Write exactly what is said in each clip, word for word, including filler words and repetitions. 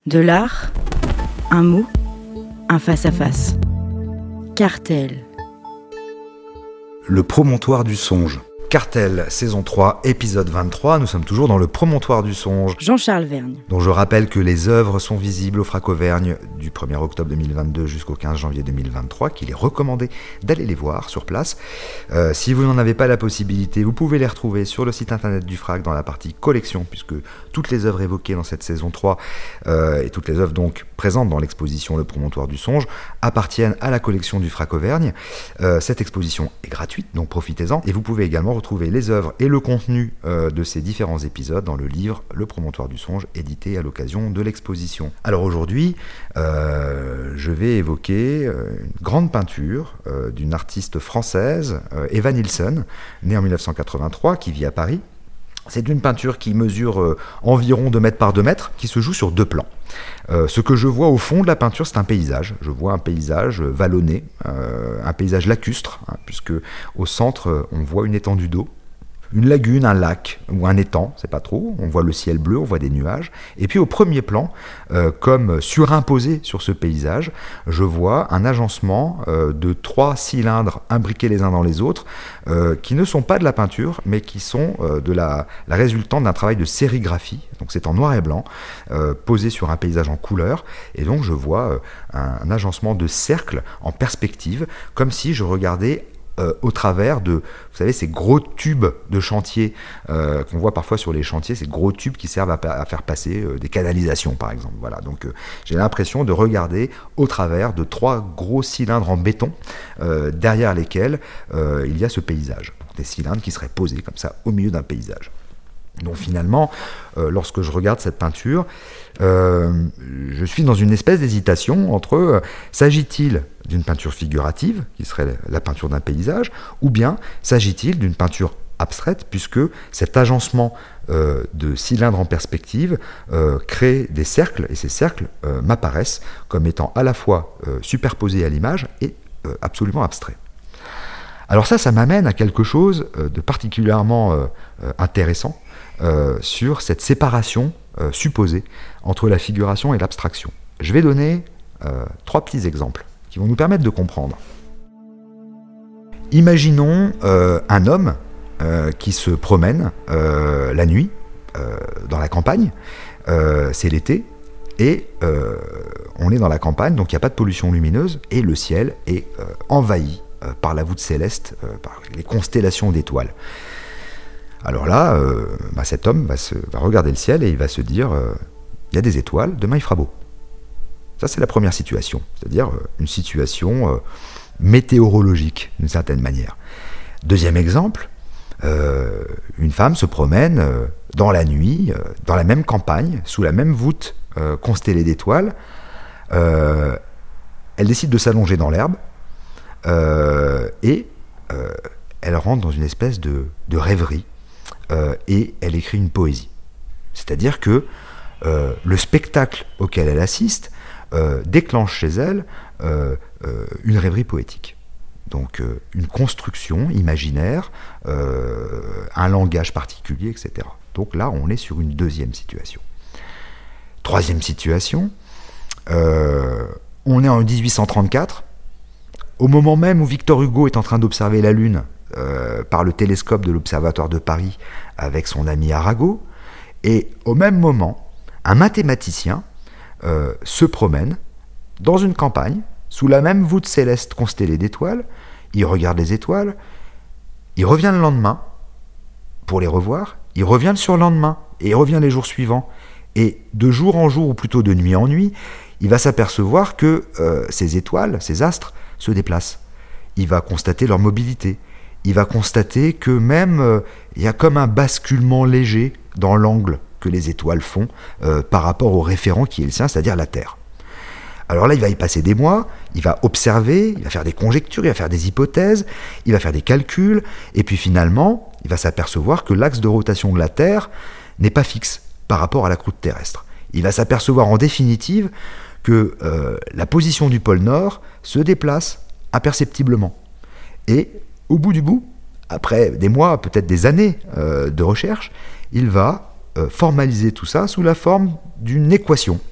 De l'art, un mot, un face-à-face. Cartel. Le promontoire du songe. Cartel, saison trois, épisode vingt-trois, nous sommes toujours dans le promontoire du songe. Jean-Charles Vergne. Dont je rappelle que les œuvres sont visibles au Frac Auvergne du premier octobre deux mille vingt-deux jusqu'au quinze janvier deux mille vingt-trois, qu'il est recommandé d'aller les voir sur place. Euh, si vous n'en avez pas la possibilité, vous pouvez les retrouver sur le site internet du Frac dans la partie collection, puisque toutes les œuvres évoquées dans cette saison trois euh, et toutes les œuvres donc présentes dans l'exposition Le Promontoire du songe appartiennent à la collection du Frac Auvergne. Euh, cette exposition est gratuite, donc profitez-en, et vous pouvez également retrouver les œuvres et le contenu euh, de ces différents épisodes dans le livre Le Promontoire du songe, édité à l'occasion de l'exposition. Alors aujourd'hui, euh, je vais évoquer euh, une grande peinture euh, d'une artiste française, euh, Eva Nilsson, née en dix-neuf cent quatre-vingt-trois, qui vit à Paris. C'est une peinture qui mesure euh, environ deux mètres par deux mètres, qui se joue sur deux plans. Euh, ce que je vois au fond de la peinture, c'est un paysage. Je vois un paysage vallonné, euh, un paysage lacustre, hein, puisque au centre, euh, on voit une étendue d'eau, une lagune, un lac ou un étang, c'est pas trop. On voit le ciel bleu, on voit des nuages. Et puis au premier plan, euh, comme surimposé sur ce paysage, je vois un agencement euh, de trois cylindres imbriqués les uns dans les autres, euh, qui ne sont pas de la peinture, mais qui sont euh, de la, la résultante d'un travail de sérigraphie. Donc c'est en noir et blanc, euh, posé sur un paysage en couleur. Et donc je vois euh, un, un agencement de cercles en perspective, comme si je regardais Euh, au travers de, vous savez, ces gros tubes de chantier euh, qu'on voit parfois sur les chantiers, ces gros tubes qui servent à, à faire passer euh, des canalisations, par exemple. Voilà, donc euh, j'ai l'impression de regarder au travers de trois gros cylindres en béton, euh, derrière lesquels euh, il y a ce paysage. Donc, des cylindres qui seraient posés comme ça au milieu d'un paysage. Donc finalement, euh, lorsque je regarde cette peinture, euh, je suis dans une espèce d'hésitation entre euh, s'agit-il d'une peinture figurative, qui serait la peinture d'un paysage, ou bien s'agit-il d'une peinture abstraite, puisque cet agencement euh, de cylindres en perspective euh, crée des cercles, et ces cercles euh, m'apparaissent comme étant à la fois euh, superposés à l'image et euh, absolument abstraits. Alors ça, ça m'amène à quelque chose euh, de particulièrement euh, euh, intéressant, Euh, sur cette séparation euh, supposée entre la figuration et l'abstraction. Je vais donner euh, trois petits exemples qui vont nous permettre de comprendre. Imaginons euh, un homme euh, qui se promène euh, la nuit euh, dans la campagne, euh, c'est l'été, et euh, on est dans la campagne, donc il n'y a pas de pollution lumineuse, et le ciel est euh, envahi euh, par la voûte céleste, euh, par les constellations d'étoiles. Alors là, euh, bah cet homme va, se, va regarder le ciel et il va se dire il euh, y a des étoiles, demain il fera beau. Ça, c'est la première situation, c'est-à-dire euh, une situation euh, météorologique, d'une certaine manière. Deuxième exemple, euh, une femme se promène euh, dans la nuit, euh, dans la même campagne, sous la même voûte euh, constellée d'étoiles. Euh, elle décide de s'allonger dans l'herbe euh, et euh, elle rentre dans une espèce de, de rêverie. Euh, et elle écrit une poésie. C'est-à-dire que euh, le spectacle auquel elle assiste euh, déclenche chez elle euh, euh, une rêverie poétique. Donc euh, une construction imaginaire, euh, un langage particulier, et cetera. Donc là, on est sur une deuxième situation. Troisième situation, euh, on est en dix-huit cent trente-quatre, au moment même où Victor Hugo est en train d'observer la Lune, Euh, par le télescope de l'Observatoire de Paris avec son ami Arago, et au même moment, un mathématicien euh, se promène dans une campagne, sous la même voûte céleste constellée d'étoiles, il regarde les étoiles, il revient le lendemain pour les revoir, il revient le surlendemain, et il revient les jours suivants, et de jour en jour, ou plutôt de nuit en nuit, il va s'apercevoir que euh, ces étoiles, ces astres, se déplacent. Il va constater leur mobilité. Il va constater que même euh, il y a comme un basculement léger dans l'angle que les étoiles font euh, par rapport au référent qui est le sien, c'est-à-dire la Terre. Alors là, il va y passer des mois, il va observer, il va faire des conjectures, il va faire des hypothèses, il va faire des calculs, et puis finalement, il va s'apercevoir que l'axe de rotation de la Terre n'est pas fixe par rapport à la croûte terrestre. Il va s'apercevoir en définitive que euh, la position du pôle Nord se déplace imperceptiblement. Et au bout du bout, après des mois, peut-être des années euh, de recherche, il va euh, formaliser tout ça sous la forme d'une équation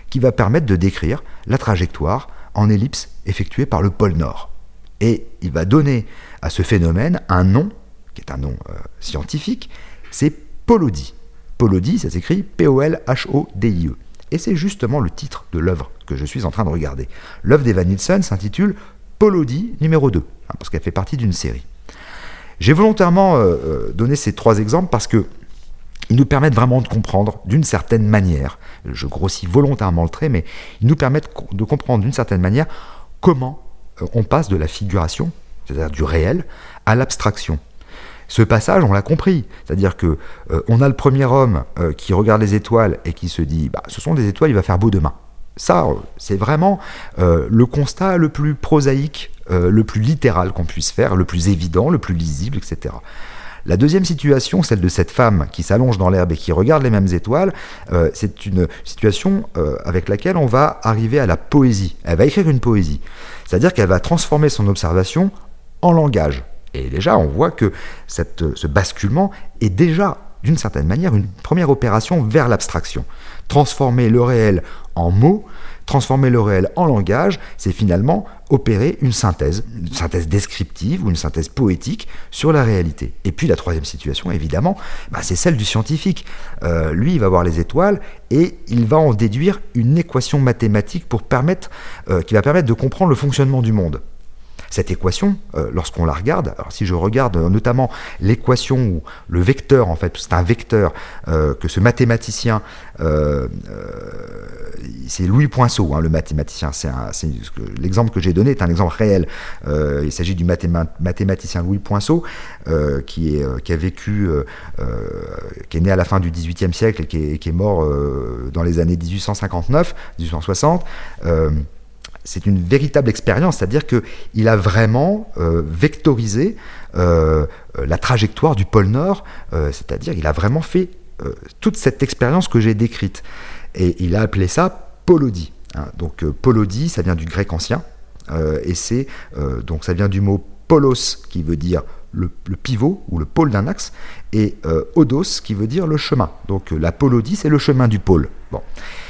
qui va permettre de décrire la trajectoire en ellipse effectuée par le pôle Nord. Et il va donner à ce phénomène un nom, qui est un nom euh, scientifique, c'est Polaudie. Polaudie, ça s'écrit P O L H O D I E. Et c'est justement le titre de l'œuvre que je suis en train de regarder. L'œuvre d'Evan Nilsson s'intitule Polaudie numéro deux, hein, parce qu'elle fait partie d'une série. J'ai volontairement euh, donné ces trois exemples parce que ils nous permettent vraiment de comprendre d'une certaine manière, je grossis volontairement le trait, mais ils nous permettent de comprendre d'une certaine manière comment on passe de la figuration, c'est-à-dire du réel, à l'abstraction. Ce passage, on l'a compris, c'est-à-dire que euh, on a le premier homme euh, qui regarde les étoiles et qui se dit bah, « ce sont des étoiles, il va faire beau demain ». Ça, euh, c'est vraiment euh, le constat le plus prosaïque, euh, le plus littéral qu'on puisse faire, le plus évident, le plus lisible, et cetera. La deuxième situation, celle de cette femme qui s'allonge dans l'herbe et qui regarde les mêmes étoiles, euh, c'est une situation euh, avec laquelle on va arriver à la poésie. Elle va écrire une poésie, c'est-à-dire qu'elle va transformer son observation en langage. Et déjà, on voit que cette, ce basculement est déjà, d'une certaine manière, une première opération vers l'abstraction. Transformer le réel en mots, transformer le réel en langage, c'est finalement opérer une synthèse, une synthèse descriptive ou une synthèse poétique sur la réalité. Et puis la troisième situation, évidemment, bah, c'est celle du scientifique. Euh, lui, il va voir les étoiles et il va en déduire une équation mathématique pour permettre, euh, qui va permettre de comprendre le fonctionnement du monde. Cette équation, euh, lorsqu'on la regarde, alors si je regarde euh, notamment l'équation ou le vecteur, en fait, c'est un vecteur euh, que ce mathématicien, euh, euh, c'est Louis Poinceau, hein, le mathématicien, c'est un, c'est, l'exemple que j'ai donné est un exemple réel. Euh, il s'agit du mathéma- mathématicien Louis Poinceau, euh, qui, est, euh, qui a vécu, euh, euh, qui est né à la fin du dix-huitième siècle et qui est, qui est mort euh, dans les années dix-huit cent cinquante-neuf, dix-huit cent soixante. Euh, C'est une véritable expérience, c'est-à-dire qu'il a vraiment euh, vectorisé euh, la trajectoire du pôle Nord, euh, c'est-à-dire qu'il a vraiment fait euh, toute cette expérience que j'ai décrite. Et il a appelé ça Polaudie. Hein. Donc euh, Polaudie, ça vient du grec ancien, euh, et c'est euh, donc ça vient du mot polos, qui veut dire le, le pivot ou le pôle d'un axe, et euh, odos, qui veut dire le chemin. Donc euh, la Polaudie, c'est le chemin du pôle. Bon.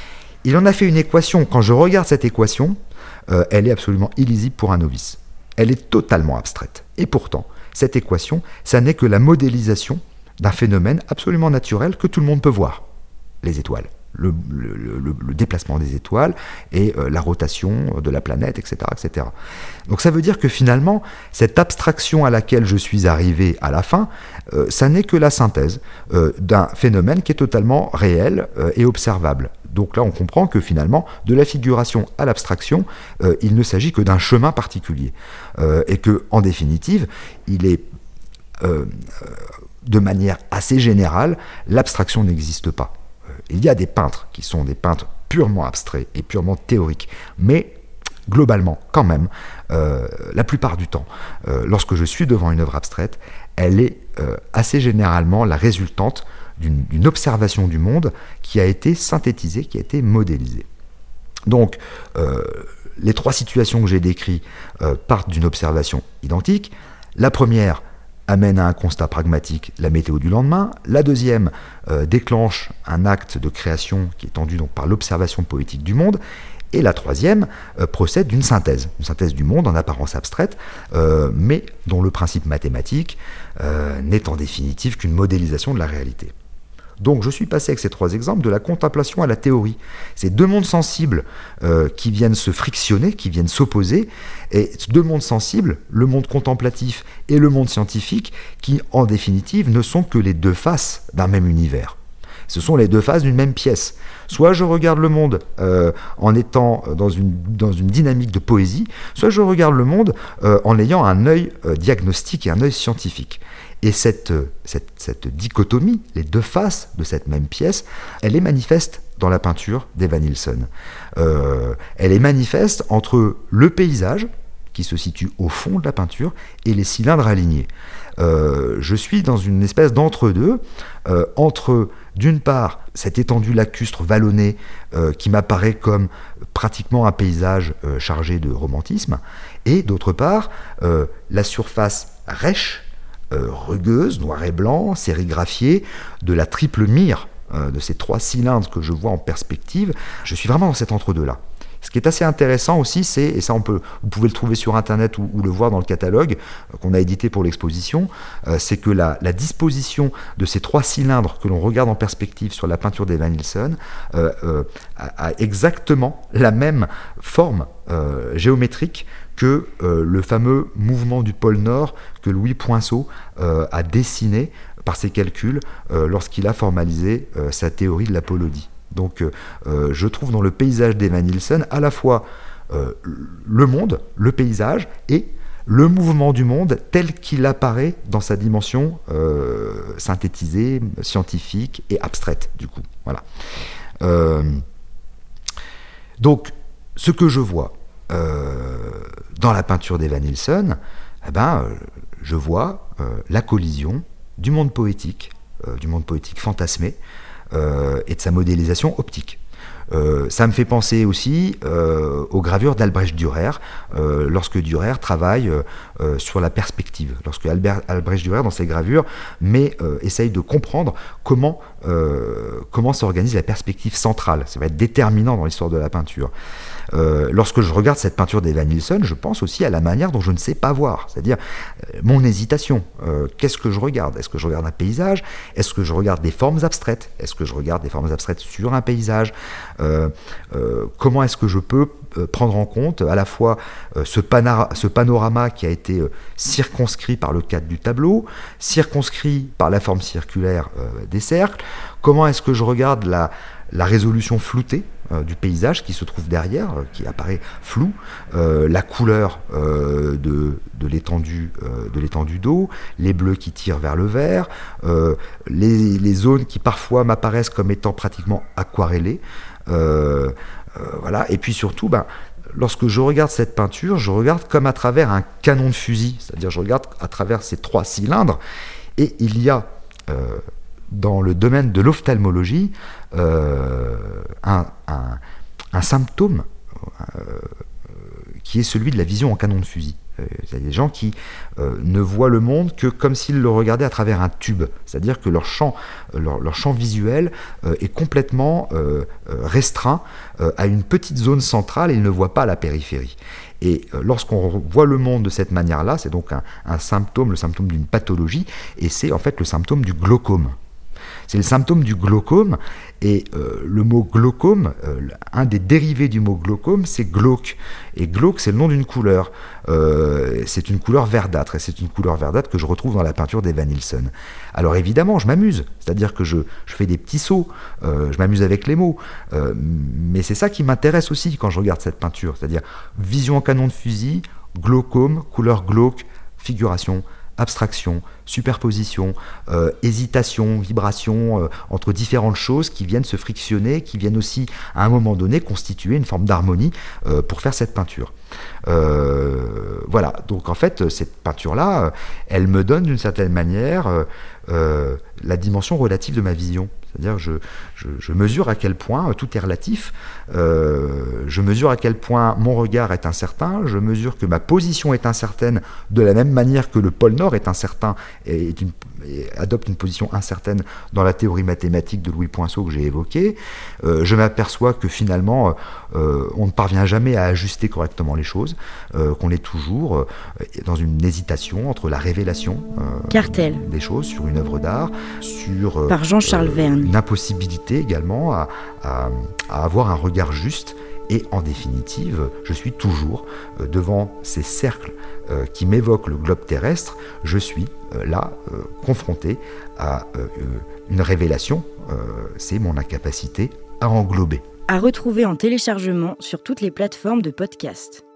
Il en a fait une équation. Quand je regarde cette équation, Euh, elle est absolument illisible pour un novice. Elle est totalement abstraite. Et pourtant, cette équation, ça n'est que la modélisation d'un phénomène absolument naturel que tout le monde peut voir. Les étoiles, le, le, le, le déplacement des étoiles et euh, la rotation de la planète, et cetera, et cetera. Donc ça veut dire que finalement, cette abstraction à laquelle je suis arrivé à la fin, euh, ça n'est que la synthèse euh, d'un phénomène qui est totalement réel euh, et observable. Donc là, on comprend que finalement, de la figuration à l'abstraction, euh, il ne s'agit que d'un chemin particulier. Euh, et que, en définitive, il est, euh, de manière assez générale, l'abstraction n'existe pas. Euh, il y a des peintres qui sont des peintres purement abstraits et purement théoriques. Mais, globalement, quand même, euh, la plupart du temps, euh, lorsque je suis devant une œuvre abstraite, elle est euh, assez généralement la résultante D'une, d'une observation du monde qui a été synthétisée, qui a été modélisée. Donc, euh, les trois situations que j'ai décrites euh, partent d'une observation identique. La première amène à un constat pragmatique, la météo du lendemain. La deuxième euh, déclenche un acte de création qui est tendu donc, par l'observation poétique du monde. Et la troisième euh, procède d'une synthèse, une synthèse du monde en apparence abstraite, euh, mais dont le principe mathématique euh, n'est en définitive qu'une modélisation de la réalité. Donc je suis passé avec ces trois exemples de la contemplation à la théorie. C'est deux mondes sensibles euh, qui viennent se frictionner, qui viennent s'opposer, et deux mondes sensibles, le monde contemplatif et le monde scientifique, qui en définitive ne sont que les deux faces d'un même univers. Ce sont les deux faces d'une même pièce. Soit je regarde le monde euh, en étant dans une, dans une dynamique de poésie, soit je regarde le monde euh, en ayant un œil euh, diagnostique et un œil scientifique. Et cette, cette, cette dichotomie, les deux faces de cette même pièce, elle est manifeste dans la peinture d'Evan Nilsson. Euh, elle est manifeste entre le paysage, qui se situe au fond de la peinture, et les cylindres alignés. Euh, je suis dans une espèce d'entre-deux, euh, entre, d'une part, cette étendue lacustre vallonnée euh, qui m'apparaît comme pratiquement un paysage euh, chargé de romantisme, et d'autre part, euh, la surface rêche, Euh, rugueuse, noir et blanc, sérigraphiée, de la triple mire euh, de ces trois cylindres que je vois en perspective, je suis vraiment dans cet entre-deux-là. Ce qui est assez intéressant aussi, c'est, et ça on peut, vous pouvez le trouver sur internet ou, ou le voir dans le catalogue euh, qu'on a édité pour l'exposition, euh, c'est que la, la disposition de ces trois cylindres que l'on regarde en perspective sur la peinture d'Evanilson euh, euh, a, a exactement la même forme euh, géométrique que euh, le fameux mouvement du pôle Nord que Louis Poinçot euh, a dessiné par ses calculs euh, lorsqu'il a formalisé euh, sa théorie de l'apolodie. Donc euh, je trouve dans le paysage d'Evanilson à la fois euh, le monde, le paysage, et le mouvement du monde tel qu'il apparaît dans sa dimension euh, synthétisée, scientifique et abstraite, du coup. Voilà. Euh, donc, ce que je vois euh, dans la peinture d'Evanilson, eh ben, euh, je vois euh, la collision du monde poétique, euh, du monde poétique fantasmé, Euh, et de sa modélisation optique. Euh, ça me fait penser aussi euh, aux gravures d'Albrecht Dürer, euh, lorsque Dürer travaille euh, euh, sur la perspective, lorsque Albert, Albrecht Dürer, dans ses gravures, mais, euh, essaye de comprendre comment, euh, comment s'organise la perspective centrale. Ça va être déterminant dans l'histoire de la peinture. Euh, lorsque je regarde cette peinture d'Evanilson, je pense aussi à la manière dont je ne sais pas voir, c'est-à-dire euh, mon hésitation. Euh, qu'est-ce que je regarde ? Est-ce que je regarde un paysage ? Est-ce que je regarde des formes abstraites ? Est-ce que je regarde des formes abstraites sur un paysage ? euh, euh, Comment est-ce que je peux euh, prendre en compte à la fois euh, ce, pana- ce panorama qui a été euh, circonscrit par le cadre du tableau, circonscrit par la forme circulaire euh, des cercles ? Comment est-ce que je regarde la, la résolution floutée euh, du paysage qui se trouve derrière, euh, qui apparaît flou, euh, la couleur euh, de, de, l'étendue, euh, de l'étendue d'eau, les bleus qui tirent vers le vert, euh, les, les zones qui parfois m'apparaissent comme étant pratiquement aquarellées. Euh, euh, voilà. Et puis surtout, ben, lorsque je regarde cette peinture, je regarde comme à travers un canon de fusil, c'est-à-dire je regarde à travers ces trois cylindres, et il y a euh, dans le domaine de l'ophtalmologie euh, un, un, un symptôme euh, qui est celui de la vision en canon de fusil. Il y a des gens qui euh, ne voient le monde que comme s'ils le regardaient à travers un tube, c'est-à-dire que leur champ, leur, leur champ visuel euh, est complètement euh, restreint euh, à une petite zone centrale et ils ne voient pas la périphérie. Et euh, lorsqu'on voit le monde de cette manière-là, c'est donc un, un symptôme, le symptôme d'une pathologie, et c'est en fait le symptôme du glaucome. C'est le symptôme du glaucome, et euh, le mot glaucome, euh, un des dérivés du mot glaucome, c'est glauque. Et glauque, c'est le nom d'une couleur. Euh, c'est une couleur verdâtre, et c'est une couleur verdâtre que je retrouve dans la peinture d'Evanilson. Alors évidemment, je m'amuse, c'est-à-dire que je, je fais des petits sauts, euh, je m'amuse avec les mots, euh, mais c'est ça qui m'intéresse aussi quand je regarde cette peinture, c'est-à-dire vision en canon de fusil, glaucome, couleur glauque, figuration, abstraction, superposition, euh, hésitation, vibration euh, entre différentes choses qui viennent se frictionner, qui viennent aussi à un moment donné constituer une forme d'harmonie euh, pour faire cette peinture. Euh, voilà, donc en fait cette peinture-là, euh, elle me donne d'une certaine manière euh, euh, la dimension relative de ma vision. C'est-à-dire je, je, je mesure à quel point tout est relatif, euh, je mesure à quel point mon regard est incertain, je mesure que ma position est incertaine de la même manière que le pôle Nord est incertain et, est une, et adopte une position incertaine dans la théorie mathématique de Louis Poinçot que j'ai évoquée. Euh, je m'aperçois que finalement euh, on ne parvient jamais à ajuster correctement les choses, euh, qu'on est toujours euh, dans une hésitation entre la révélation euh, Cartel. des choses sur une œuvre d'art, sur... Euh, Par Jean-Charles euh, Verne. Une impossibilité également à, à, à avoir un regard juste. Et en définitive, je suis toujours euh, devant ces cercles euh, qui m'évoquent le globe terrestre. Je suis euh, là, euh, confronté à euh, une révélation. Euh, c'est mon incapacité à englober. À retrouver en téléchargement sur toutes les plateformes de podcast.